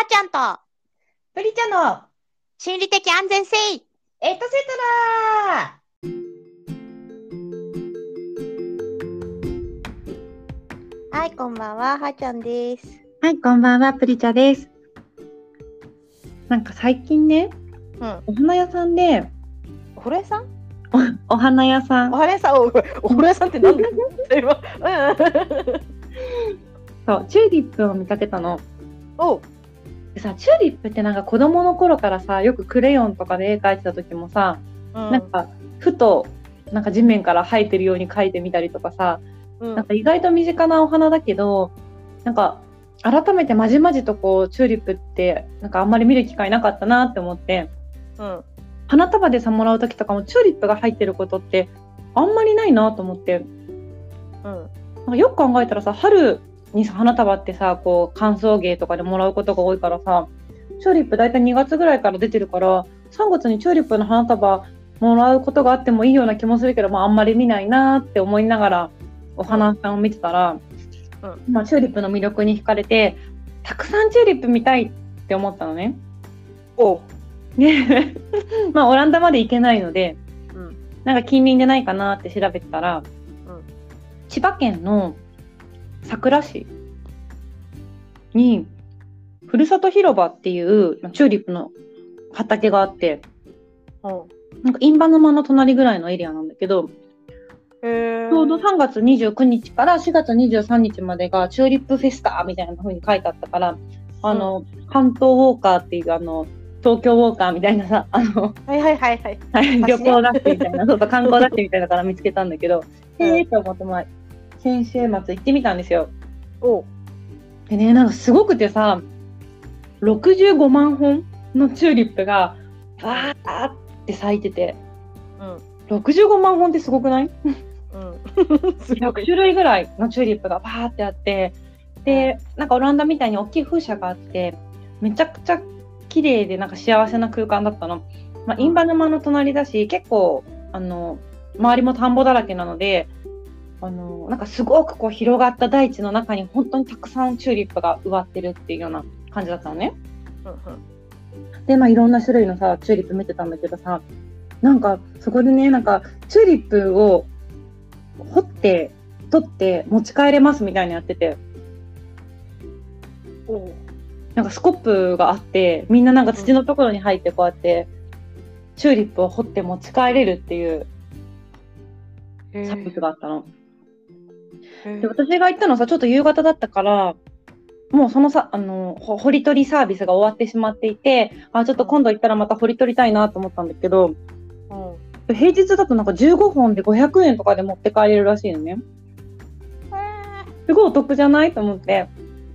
ちゃんとプリちゃんの心理的安全性。 エトセトラ。 はい、こんばんは、はちゃんです。 はい、こんばんは、プリチャです。なんか最近ね、お花屋さんで、 お風呂屋さんお花屋さん、 お花屋さん、お風呂屋さんってなんだ今そう、チューリップを見かけたの。 おう、 でさ、チューリップってなんか子供の頃からさ、よくクレヨンとかで絵描いてた時もさ、なんかふとなんか地面から生えてるように描いてみたりとかさ、なんか意外と身近なお花だけど、なんか改めてまじまじとこうチューリップってなんかあんまり見る機会なかったなって思って、花束でさもらう時とかもチューリップが入ってることってあんまりないなと思って、なんかよく考えたらさ、春にさ花束ってさこう歓送迎とかでもらうことが多いからさ、チューリップだいたい2月ぐらいから出てるから、3月にチューリップの花束もらうことがあってもいいような気もするけど、あんまり見ないなって思いながらお花さんを見てたら、チューリップの魅力に惹かれて、たくさんチューリップ見たいって思ったのね。でオランダまで行けないので、なんか近隣でないかなって調べてたら、千葉県の佐倉市にふるさと広場っていうチューリップの畑があって、なんか印旛沼の隣ぐらいのエリアなんだけど、ちょうど3月29日から4月23日までがチューリップフェスタみたいな風に書いてあったから、関東ウォーカーっていう東京ウォーカーみたいなさ、旅行だってみたいな、観光だってみたいなから見つけたんだけど、と思って、先週末行ってみたんですよ。でね、なんかすごくてさ、65万本のチューリップがバーって咲いてて、65万本ってすごくない？100種類ぐらいのチューリップがバーってあって、でなんかオランダみたいに大きい風車があって、めちゃくちゃ綺麗でなんか幸せな空間だったの。印旛沼の隣だし、結構周りも田んぼだらけなので、なんかすごくこう広がった大地の中に本当にたくさんチューリップが植わってるっていうような感じだったのね。でいろんな種類のさチューリップ見てたんだけどさ、なんかそこでね、なんかチューリップを掘って取って持ち帰れますみたいにやってて、なんかスコップがあって、みんななんか土のところに入ってこうやってチューリップを掘って持ち帰れるっていうサービスがあったの。で私が行ったのさ、ちょっと夕方だったから、もうそのさ掘り取りサービスが終わってしまっていて、ちょっと今度行ったらまた掘り取りたいなと思ったんだけど、平日だとなんか15本で500円とかで持って帰れるらしいのね。すごいお得じゃないと思って。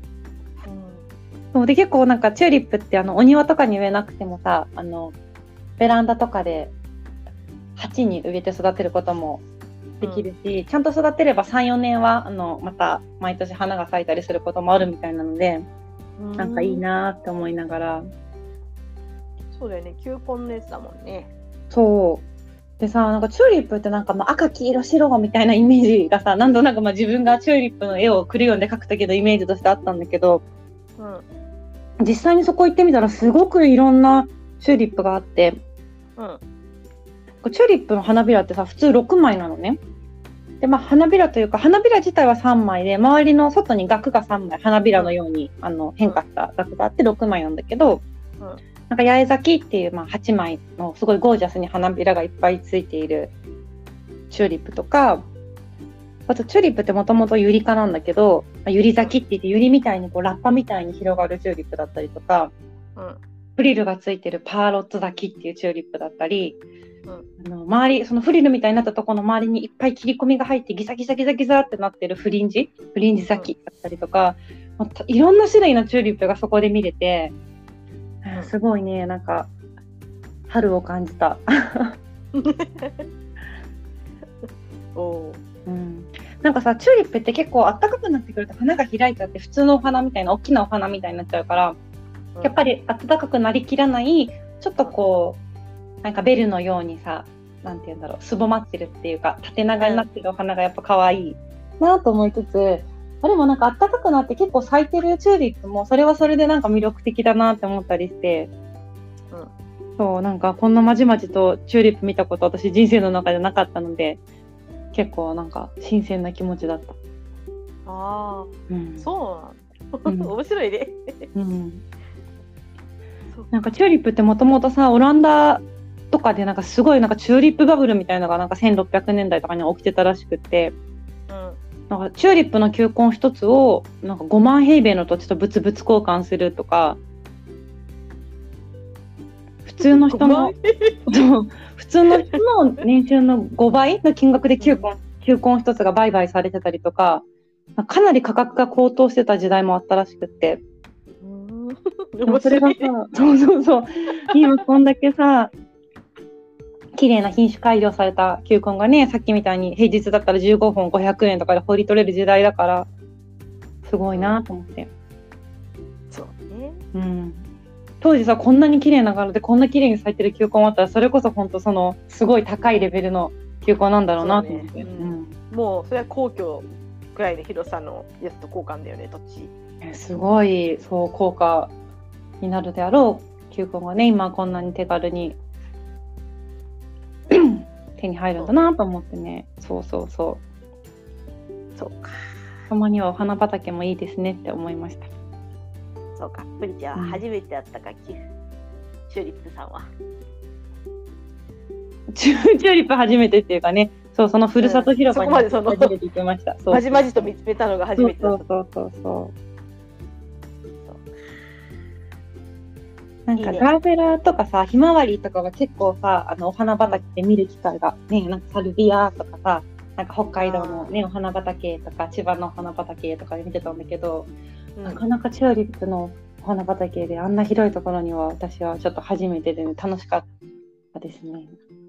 そうで、結構なんかチューリップってお庭とかに植えなくてもさ、ベランダとかで鉢に植えて育てることもできるし、ちゃんと育てれば 3,4 年はまた毎年花が咲いたりすることもあるみたいなので、なんかいいなって思いながら。 そうだよね、球根のやつだもんね。 そうでさ、なんかチューリップってなんか赤黄色白みたいなイメージがさ、なんとなく自分がチューリップの絵をクレヨンで描く時のイメージとしてあったんだけど、実際にそこ行ってみたらすごくいろんなチューリップがあって、チューリップの花びらってさ普通6枚なのね。で花びらというか、花びら自体は3枚で、周りの外に額が3枚、花びらのように変化した額があって6枚なんだけど、なんか八重咲きっていう8枚のすごいゴージャスに花びらがいっぱいついているチューリップとか、あとチューリップってもともとユリ科なんだけど、ユリ咲きって言ってユリみたいにこうラッパみたいに広がるチューリップだったりとか、フリルがついてるパーロット咲きっていうチューリップだったり、周りそのフリルみたいになったところの周りにいっぱい切り込みが入ってギザギザギザギザってなってるフリンジ咲きだったりとか、いろんな種類のチューリップがそこで見れて、すごいね、なんか春を感じた。なんかさ、チューリップって結構暖かくなってくると花が開いちゃって、普通のお花みたいな大きなお花みたいになっちゃうから、やっぱり暖かくなりきらない、ちょっとこうなんかベルのようにさ、なんていうんだろう、すぼまってるっていうか縦長になってるお花がやっぱ可愛いなと思いつつ、 でもなんか暖かくなって結構咲いてるチューリップもそれはそれでなんか魅力的だなって思ったりして、そうなんかこんなまじまじとチューリップ見たこと私人生の中でなかったので、結構なんか新鮮な気持ちだった。 ああ、そうなんだ。面白いね。 なんかチューリップってもともとさ、オランダとかでなんかすごいなんかチューリップバブルみたいなのがなんか1600年代とかに起きてたらしくって、なんかチューリップの球根一つをなんか5万平米の土地と物々交換するとか、普通の人の年収の5倍の金額で球根一つが売買されてたりとか、かなり価格が高騰してた時代もあったらしくって、それがさ、そう今こんだけさ綺麗な品種改良された球根がね、さっきみたいに平日だったら15本500円とかで掘り取れる時代だからすごいなと思って。 そうね。 当時さ、こんなに綺麗な柄でこんな綺麗に咲いてる球根あったら、それこそ本当そのすごい高いレベルの球根なんだろうなと思って。 もうそれは皇居くらいの広さのやつと交換だよね、土地。 すごいそう効果になるであろう球根がね、今こんなに手軽に手に入るんだなと思ってね。そうか。たまにはお花畑もいいですねって思いました。 そうか。プリちゃんは初めて会ったか、チューリップさんは。 チューリップ初めてっていうかね、そのふるさと広場に初めて行きました。 まじまじと見つめたのが初めてだった。 そう。なんかガーベラとかさ、ひまわりとかは結構さ、お花畑で見る機会がね、なんかサルビアとかさ、なんか北海道のねお花畑とか千葉のお花畑とかで見てたんだけど、なかなかチューリップのお花畑であんな広いところには私はちょっと初めてで、ね、楽しかったですね。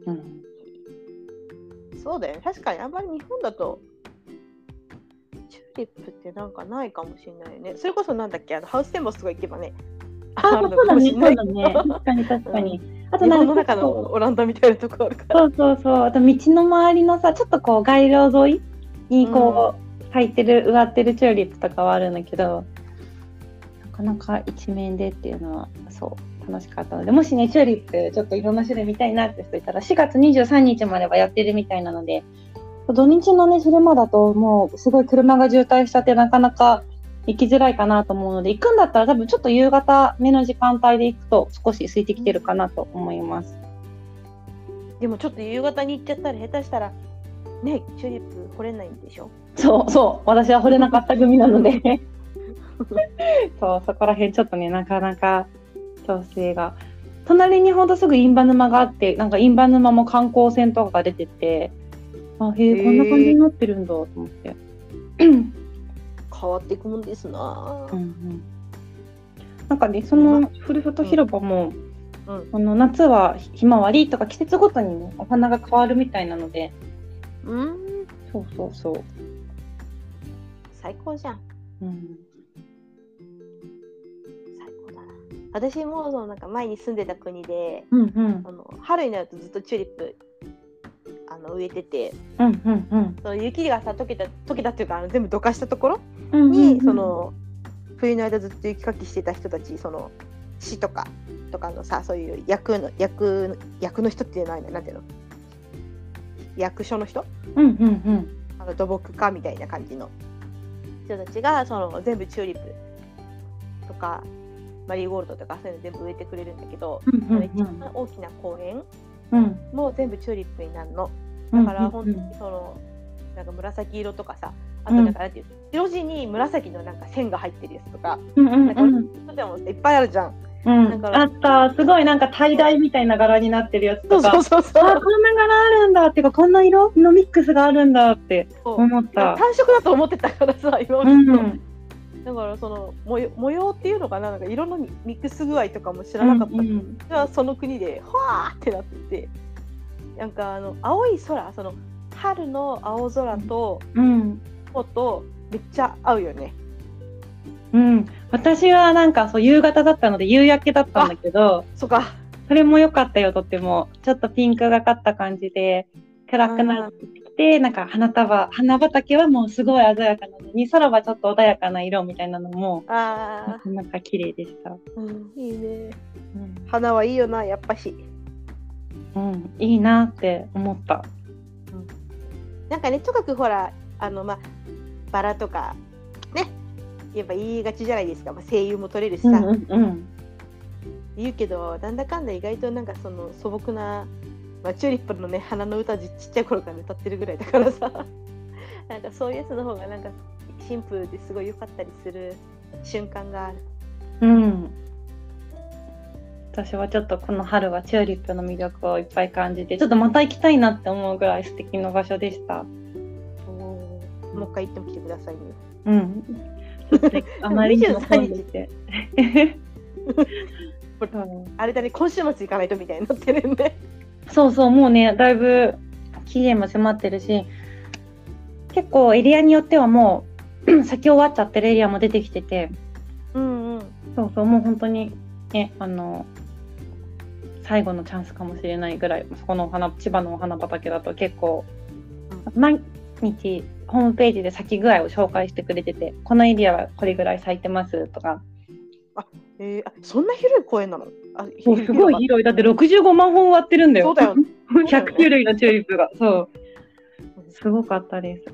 そうだよね。確かにあんまり日本だとチューリップってなんかないかもしれないよね。それこそなんだっけ、ハウステンボスとか行けばね。 そうだね。確かに。 あと日本の中のオランダみたいなところあるから。 そう。あと道の周りのさ、ちょっとこう街路沿いにこう咲いてる植わってるチューリップとかはあるんだけど、なかなか一面でっていうのはそう楽しかったので、もしねチューリップちょっといろんな種類見たいなって人いたら4月23日まではやってるみたいなので、土日のね昼間だともうすごい車が渋滞しちゃってなかなか行きづらいかなと思うので、行くんだったら多分ちょっと夕方目の時間帯で行くと少し空いてきてるかなと思います。 でもちょっと夕方に行っちゃったら下手したらねチューリップ掘れないんでしょ。 そう私は掘れなかった組なのでそこら辺ちょっとねなかなか調整が。隣にほんとすぐ印旛沼があって、なんか印旛沼も観光船とかが出てて、こんな感じになってるんだと思って変わっていくもんですな。 なんかね、そのふるさと広場も、夏はひまわりとか季節ごとにねお花が変わるみたいなので、そう最高じゃん。最高だな。私もなんか前に住んでた国で、春になるとずっとチューリップ植えてて、その雪がさ溶けたっていうか全部どかしたところに、その冬の間ずっと雪かきしてた人たち、その市とかのさ、そういう役の人っていうのはなんていうの、役所の人、土木家みたいな感じの人たちがその全部チューリップとかマリーゴールドとかそういうの全部植えてくれるんだけど、一番大きな公園もう全部チューリップになるの。だから本当にそのなんか紫色とかさ、あとなんかなんていう白地に紫のなんか線が入ってるやつとか、なんかでもいっぱいあるじゃん。 あったすごいなんかタイダイみたいな柄になってるやつとか、こんな柄あるんだっていうか、こんな色のミックスがあるんだって思った。 単色だと思ってたからさ、今だからその模様っていうのかな、なんか色のミックス具合とかも知らなかった。じゃあその国でわーってなってて、なんか青い空、その春の青空ととめっちゃ合うよね。 私はなんか夕方だったので夕焼けだったんだけど、それも良かったよ。とってもちょっとピンクがかった感じで暗くなってきでなんか花畑はもうすごい鮮やかなのに、空はちょっと穏やかな色みたいなのもなんか綺麗でした。 いいね、花はいいよなやっぱし。 いいなって思った。 なんかね、とかくほらバラとかねやっぱ言いがちじゃないですか、声優も取れるしさ、言うけどなんだかんだ意外となんかその素朴な、チューリップのね花の歌ちっちゃい頃から歌ってるぐらいだからさなんかそういうやつの方がなんかシンプルですごい良かったりする瞬間がある。 私はちょっとこの春はチューリップの魅力をいっぱい感じて、ちょっとまた行きたいなって思うぐらい素敵な場所でした。 もう一回行っても来てくださいね。あまりにも混んでてあれだね、今週末行かないとみたいになってるんで。 そうもうねだいぶ期限も迫ってるし、結構エリアによってはもう先終わっちゃってるエリアも出てきてて、そうもう本当にね最後のチャンスかもしれないぐらい、この千葉のお花畑だと結構、毎日ホームページで咲き具合を紹介してくれてて、このエリアはこれぐらい咲いてますとか。 そんな広い公園なの？ すごい広い。だって65万本割ってるんだよ。 そうだよ。 100種類のチューリップが。そうすごかったです。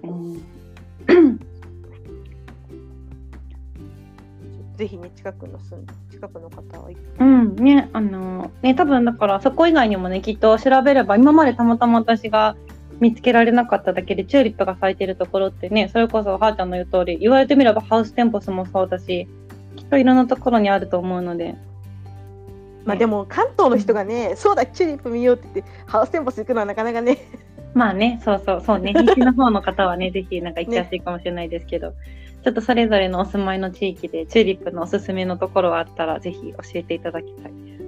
ぜひね、近くの方はね、多分だからそこ以外にもねきっと調べれば、今までたまたま私が見つけられなかっただけでチューリップが咲いてるところってね、それこそはーちゃんの言う通り、言われてみればハウステンボスもそうだし、きっといろんなところにあると思うので。 でも関東の人がね、そうだチューリップ見ようって言ってハウステンボス行くのはなかなかね。 そうね、西の方の方はねぜひなんか行きやすいかもしれないですけど、ちょっとそれぞれのお住まいの地域でチューリップのおすすめのところがあったらぜひ教えていただきたいです。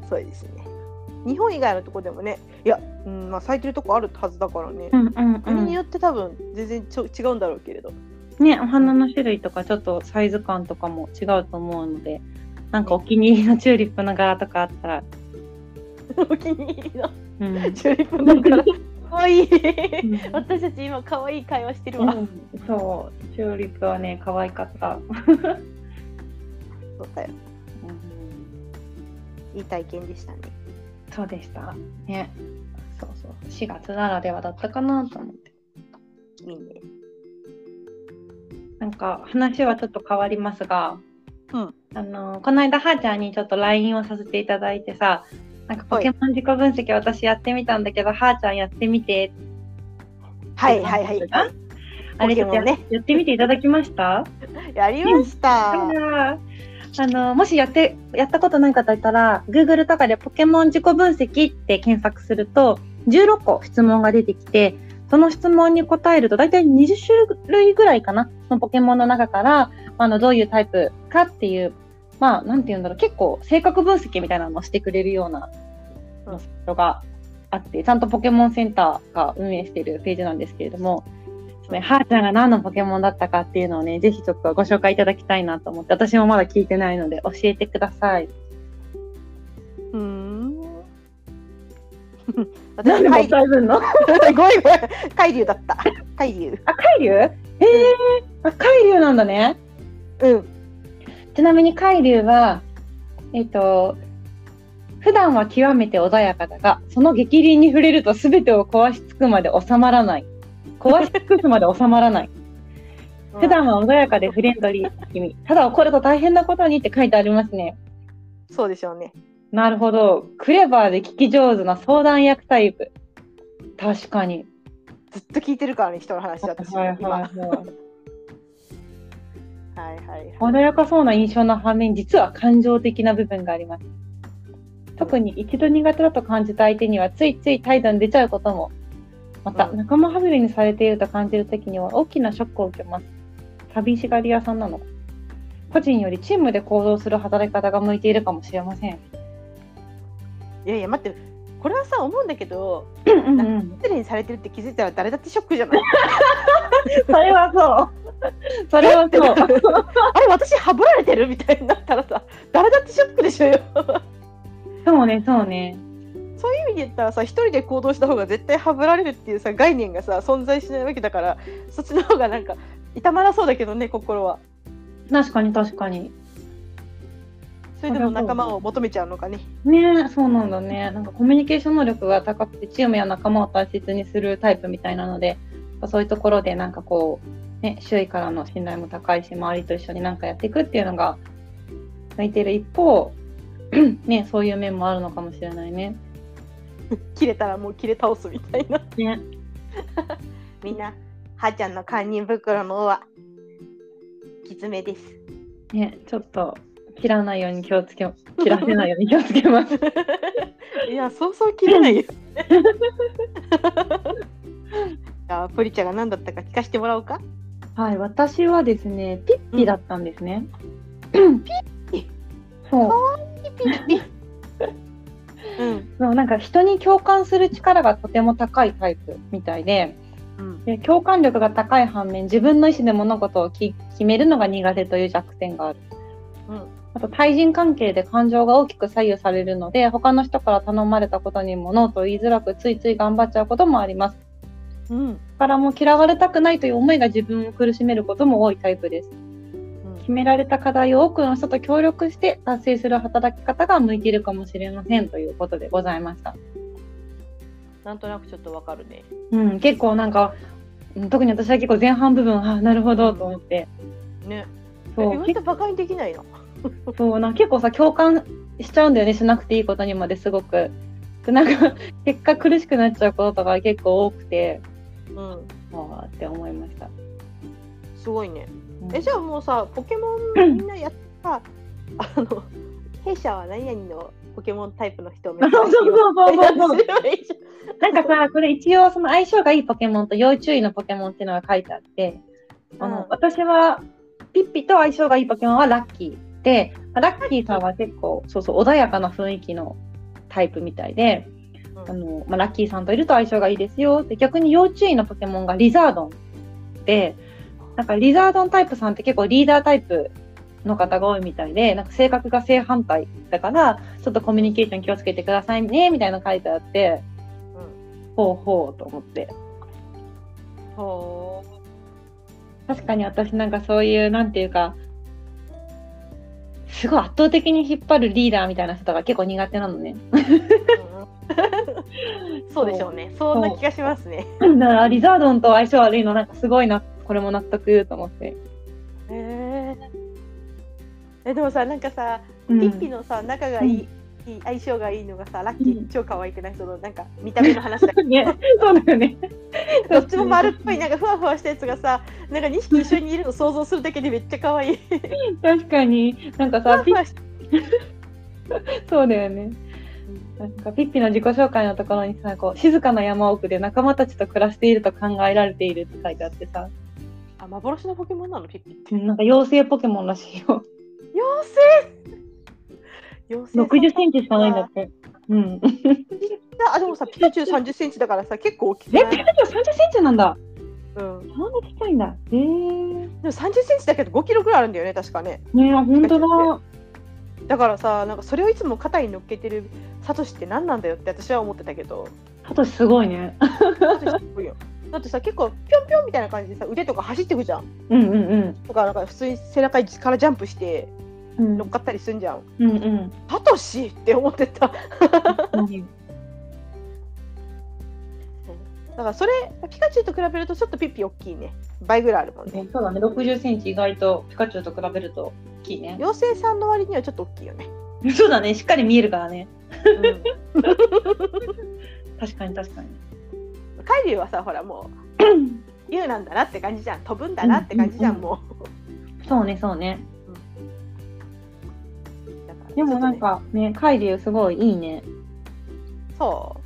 そうですね。日本以外のところでもね、咲いてるとこあるはずだからね、国によって多分全然違うんだろうけれどね、お花の種類とかちょっとサイズ感とかも違うと思うので、なんかお気に入りのチューリップの柄とかあったら、 お気に入りのチューリップの柄かわいい、私たち今かわいい会話してるわ、 そうチューリップはね可愛かったそうだよ、いい体験でしたね。 そうでしたね。そう4月ならではだったかなと思って。 いいね。 なんか話はちょっと変わりますが、この間はーちゃんにちょっと LINE をさせていただいてさ、なんかポケモン自己分析私やってみたんだけど、はーちゃんやってみて。 はい。 あれちょっとやってみていただきました？ やりました。 もしやったことない方いたら Google とかでポケモン自己分析って検索すると16個質問が出てきて、その質問に答えると大体20種類ぐらいかなのポケモンの中からどういうタイプかっていう、なんていうんだろう、結構性格分析みたいなのをしてくれるようなサイトがあって、ちゃんとポケモンセンターが運営しているページなんですけれども、はーちゃんが何のポケモンだったかっていうのをね、ぜひちょっとご紹介いただきたいなと思って、私もまだ聞いてないので教えてください。 なんでもったいぶんの？ごめん。海流だった。海流。 海流？海流なんだね。ちなみに海流は普段は極めて穏やかだが、その逆鱗に触れると全てを壊し尽くまで収まらない。壊し尽くすまで収まらない。普段は穏やかでフレンドリーな君。ただ怒ると大変なことにって書いてありますね。 そうでしょうね。 なるほど。クレバーで聞き上手な相談役タイプ。確かに。 ずっと聞いてるからね、人の話だったし、今。 穏やかそうな印象の反面、実は感情的な部分があります。特に一度苦手だと感じた相手にはついつい態度に出ちゃうことも、また仲間外れにされていると感じるときには大きなショックを受けます。寂しがり屋さんなのか。個人よりチームで行動する働き方が向いているかもしれません。 いや待って、これはさ思うんだけど、失礼にされてるって気づいたら誰だってショックじゃない？ それはそう。 あれ私ハブられてるみたいになったらさ、誰だってショックでしょよ。 そうね。 そういう意味で言ったらさ、一人で行動した方が絶対ハブられるっていうさ概念がさ存在しないわけだから、そっちの方がなんか痛まらそうだけどね、心は。 確かに確かに。 それでも仲間を求めちゃうのかね。 ね、そうなんだね。なんかコミュニケーション能力が高くてチームや仲間を大切にするタイプみたいなので、そういうところでなんかこう、ね、周囲からの信頼も高いし、周りと一緒になんかやっていくっていうのが向いている一方、ね、そういう面もあるのかもしれないね。 切れたらもう切れ倒すみたいな。 ね、 みんな、はーちゃんの堪忍袋の緒はきつめです。 ね、ちょっと切らないように気をつけ、切らせないように気をつけます。 いや、そうそう切れないよ。じゃあ、プリちゃんが何だったか聞かせてもらおうか。 はい、私はですね、ピッピだったんですね。ピッピ。そう。かわいいピッピ。 なんか人に共感する力がとても高いタイプみたいで、で共感力が高い反面、自分の意思で物事を決めるのが苦手という弱点がある。あと対人関係で感情が大きく左右されるので、他の人から頼まれたことにもノーと言いづらく、ついつい頑張っちゃうこともあります。だからもう嫌われたくないという思いが自分を苦しめることも多いタイプです。決められた課題を多くの人と協力して達成する働き方が向いているかもしれませんということでございました。 なんとなくちょっとわかるね。 結構なんか、特に私は結構前半部分、なるほどと思って。 ね。そう。意外とバカにできないの。 そうな、結構さ、共感しちゃうんだよね、しなくていいことにまですごく。なんか結果苦しくなっちゃうこととか結構多くて、って思いました。 すごいね。じゃあもうさ、ポケモンみんなやった弊社は何々のポケモンタイプの人を目指しています。 なんかさ、これ一応その相性がいいポケモンと要注意のポケモンっていうのが書いてあって、私はピッピと相性がいいポケモンはラッキーで、ラッキーさんは結構穏やかな雰囲気のタイプみたいで、ラッキーさんといると相性がいいですよ。で、逆に要注意のポケモンがリザードンで、なんかリザードンタイプさんって結構リーダータイプの方が多いみたいで、なんか性格が正反対だからちょっとコミュニケーション気をつけてくださいねみたいなの書いてあって、ほうほうと思って。確かに私なんかそういうなんていうか、すごい圧倒的に引っ張るリーダーみたいな人が結構苦手なのね。 そうでしょうね。そんな気がしますね。 だからリザードンと相性悪いのなんかすごいな、これも納得と思って。 でもさ、なんかさ、ピッピのさ仲がいい、相性がいいのがさ、ラッキー超可愛くない、そのなんか見た目の話だけど、 ね、そうだよね。 どっちも丸っぽいなんかふわふわしたやつがさ、なんか2匹一緒にいるの想像するだけでめっちゃ可愛い。 確かになんかさ、そうだよね。なんかピッピの自己紹介のところにさ、こう静かな山奥で仲間たちと暮らしていると考えられているって書いてあってさ。 幻のポケモンなのピッピって。 なんか妖精ポケモンらしいよ。 妖精 60センチしかないんだって。 でもさ、ピカチュウ30センチだからさ、結構大きい。ピカチュウ30センチなんだ。 そんなちっちゃいんだ。でも30センチだけど5キロぐらいあるんだよね、確かね。 ね、本当だ。 だからさ、なんかそれをいつも肩に乗っけてるサトシって何なんだよって私は思ってたけど。 サトシすごいね。 だってさ、結構ピョンピョンみたいな感じでさ、腕とか走ってくじゃん。だからなんか普通に背中からジャンプして乗っかったりすんじゃん。サトシって思ってた。だからそれピカチュウと比べるとちょっとピッピ大きいね。倍ぐらいあるもんね。 そうだね、60センチ意外とピカチュウと比べると大きいね。 妖精さんの割にはちょっと大きいよね。 そうだね、しっかり見えるからね。確かに確かに。 カイリュウはさ、ほらもう竜なんだなって感じじゃん。飛ぶんだなって感じじゃん、もう。そうねそうね。でもなんかね、カイリュウすごいいいね。 そう。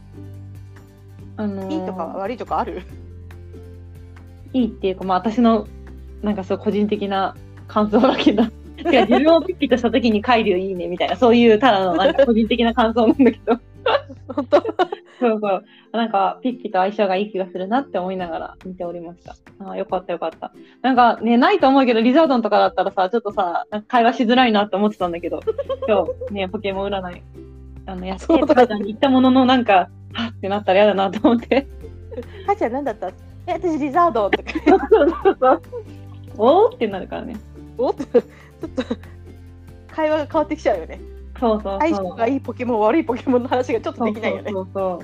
いいとか悪いとかある？ いいっていうか、私のなんかそう個人的な感想だけど、自分をピッピとした時にカイリュウいいねみたいな、そういうただのなんか個人的な感想なんだけど。 本当？ そうなんかピッピと相性がいい気がするなって思いながら見ておりました。よかったよかった。なんかね、ないと思うけどリザードンとかだったらさ、ちょっとさ、なんか会話しづらいなって思ってたんだけど、今日ねポケモン占いやって体に行ったもののなんかはってなったら嫌だなと思って。 はちゃん何だった？私リザードとか。 そうおーってなるからね。 おっとちょっと会話が変わってきちゃうよね。 そうそうそう。 相性がいいポケモン悪いポケモンの話がちょっとできないよね。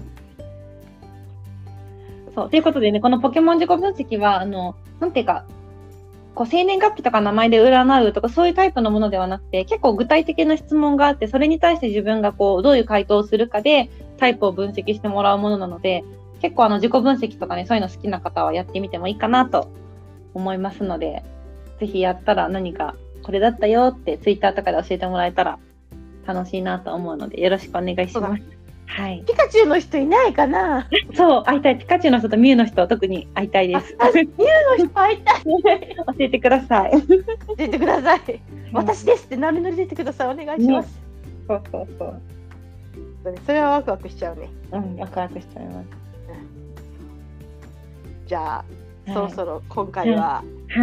そうということでね、このポケモン自己分析はなんていうかこう生年月日とか名前で占うとかそういうタイプのものではなくて、結構具体的な質問があって、それに対して自分がこうどういう回答をするかでタイプを分析してもらうものなので、結構自己分析とかね、そういうの好きな方はやってみてもいいかなと思いますので、ぜひやったら何かこれだったよってツイッターとかで教えてもらえたら楽しいなと思うので、よろしくお願いします。はい。 ピカチュウの人いないかな？ そう、会いたい。ピカチュウの人とミュウの人、特に会いたいです。 ミュウの人会いたい。 教えてください。 教えてください。私ですってノリノリ出てください。お願いします。 そうそうそう。 それはワクワクしちゃうね。 ワクワクしちゃいます。 じゃあ、そろそろ今回は、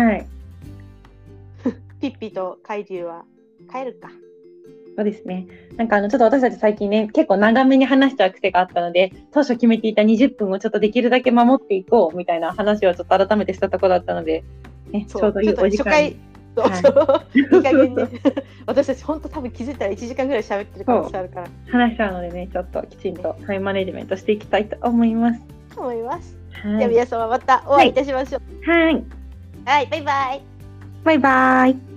ピッピとカイリュウは帰るか。 そうですね。なんかちょっと私たち最近ね、結構長めに話しちゃう癖があったので、当初決めていた20分をちょっとできるだけ守っていこうみたいな話をちょっと改めてしたところだったので、ね、ちょうどいいお時間に。 いい加減ね。私たち本当多分気づいたら1時間ぐらい喋ってる可能性あるから。 話しちゃうのでね、ちょっときちんとタイムマネジメントしていきたいと思います。 では皆様またお会いいたしましょう。 はい。 はい、バイバイ。 バイバイ。